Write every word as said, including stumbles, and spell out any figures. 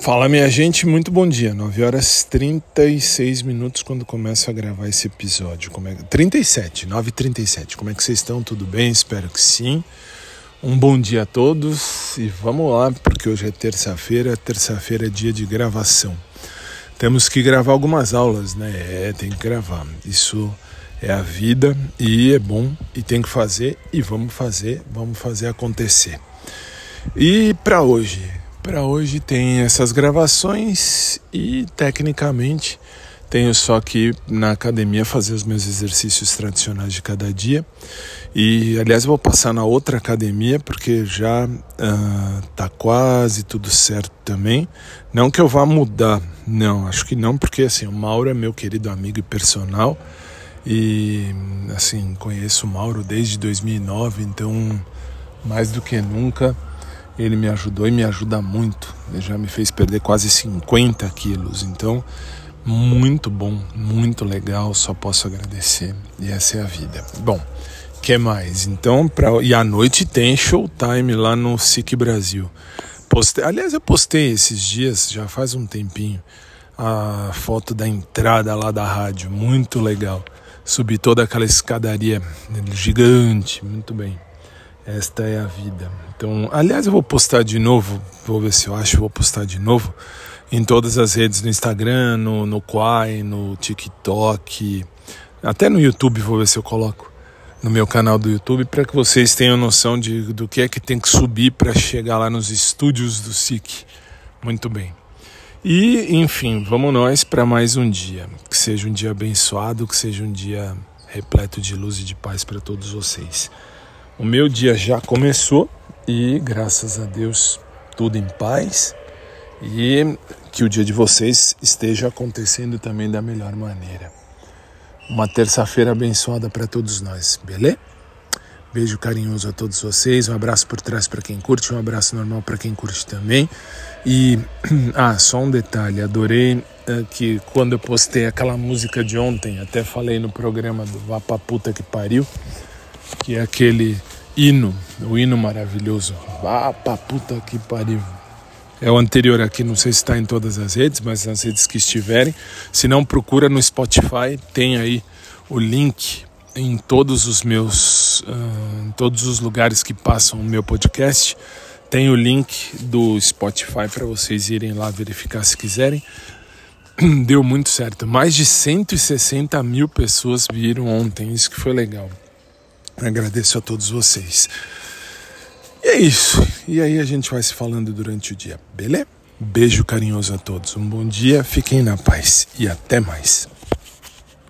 Fala, minha gente, muito bom dia. nove horas e trinta e seis minutos quando começo a gravar esse episódio. Como é... trinta e sete, nove e trinta e sete. Como é que vocês estão? Tudo bem? Espero que sim. Um bom dia a todos e vamos lá, porque hoje é terça-feira. Terça-feira é dia de gravação. Temos que gravar algumas aulas, né? É, tem que gravar. Isso é a vida e é bom e tem que fazer e vamos fazer, vamos fazer acontecer. E para hoje... Para hoje tem essas gravações e, tecnicamente, tenho só que ir na academia fazer os meus exercícios tradicionais de cada dia. E, aliás, eu vou passar na outra academia porque já uh, tá quase tudo certo também. Não que eu vá mudar, não, acho que não, porque assim, o Mauro é meu querido amigo e personal. E, assim, conheço o Mauro desde dois mil e nove, então, mais do que nunca... Ele me ajudou e me ajuda muito. Ele já me fez perder quase cinquenta quilos. Então, muito bom, muito legal. Só posso agradecer. E essa é a vida. Bom, o que mais? Então, pra... e à noite tem Showtime lá no S I C Brasil. Postei... Aliás, eu postei esses dias, já faz um tempinho, a foto da entrada lá da rádio. Muito legal. Subi toda aquela escadaria gigante. Muito bem. Esta é a vida. Então, aliás, eu vou postar de novo, vou ver se eu acho, vou postar de novo em todas as redes, no Instagram, no, no Quai, no TikTok, até no YouTube, vou ver se eu coloco no meu canal do YouTube, para que vocês tenham noção de, do que é que tem que subir para chegar lá nos estúdios do S I C. Muito bem. E, enfim, vamos nós para mais um dia. Que seja um dia abençoado, que seja um dia repleto de luz e de paz para todos vocês. O meu dia já começou e, graças a Deus, tudo em paz e que o dia de vocês esteja acontecendo também da melhor maneira. Uma terça-feira abençoada para todos nós, beleza? Beijo carinhoso a todos vocês, um abraço por trás para quem curte, um abraço normal para quem curte também. E, ah, só um detalhe, adorei uh, que quando eu postei aquela música de ontem, até falei no programa do Vá Pra Puta Que Pariu, que é aquele hino, o hino maravilhoso, vá pra puta que pariu. É o anterior aqui, não sei se está em todas as redes, mas nas redes que estiverem. Se não, procura no Spotify, tem aí o link em todos os meus, uh, em todos os lugares que passam o meu podcast. Tem o link do Spotify para vocês irem lá verificar se quiserem. Deu muito certo, mais de cento e sessenta mil pessoas viram ontem, isso que foi legal. Agradeço a todos vocês. E é isso. E aí a gente vai se falando durante o dia, beleza? Beijo carinhoso a todos. Um bom dia, fiquem na paz e até mais.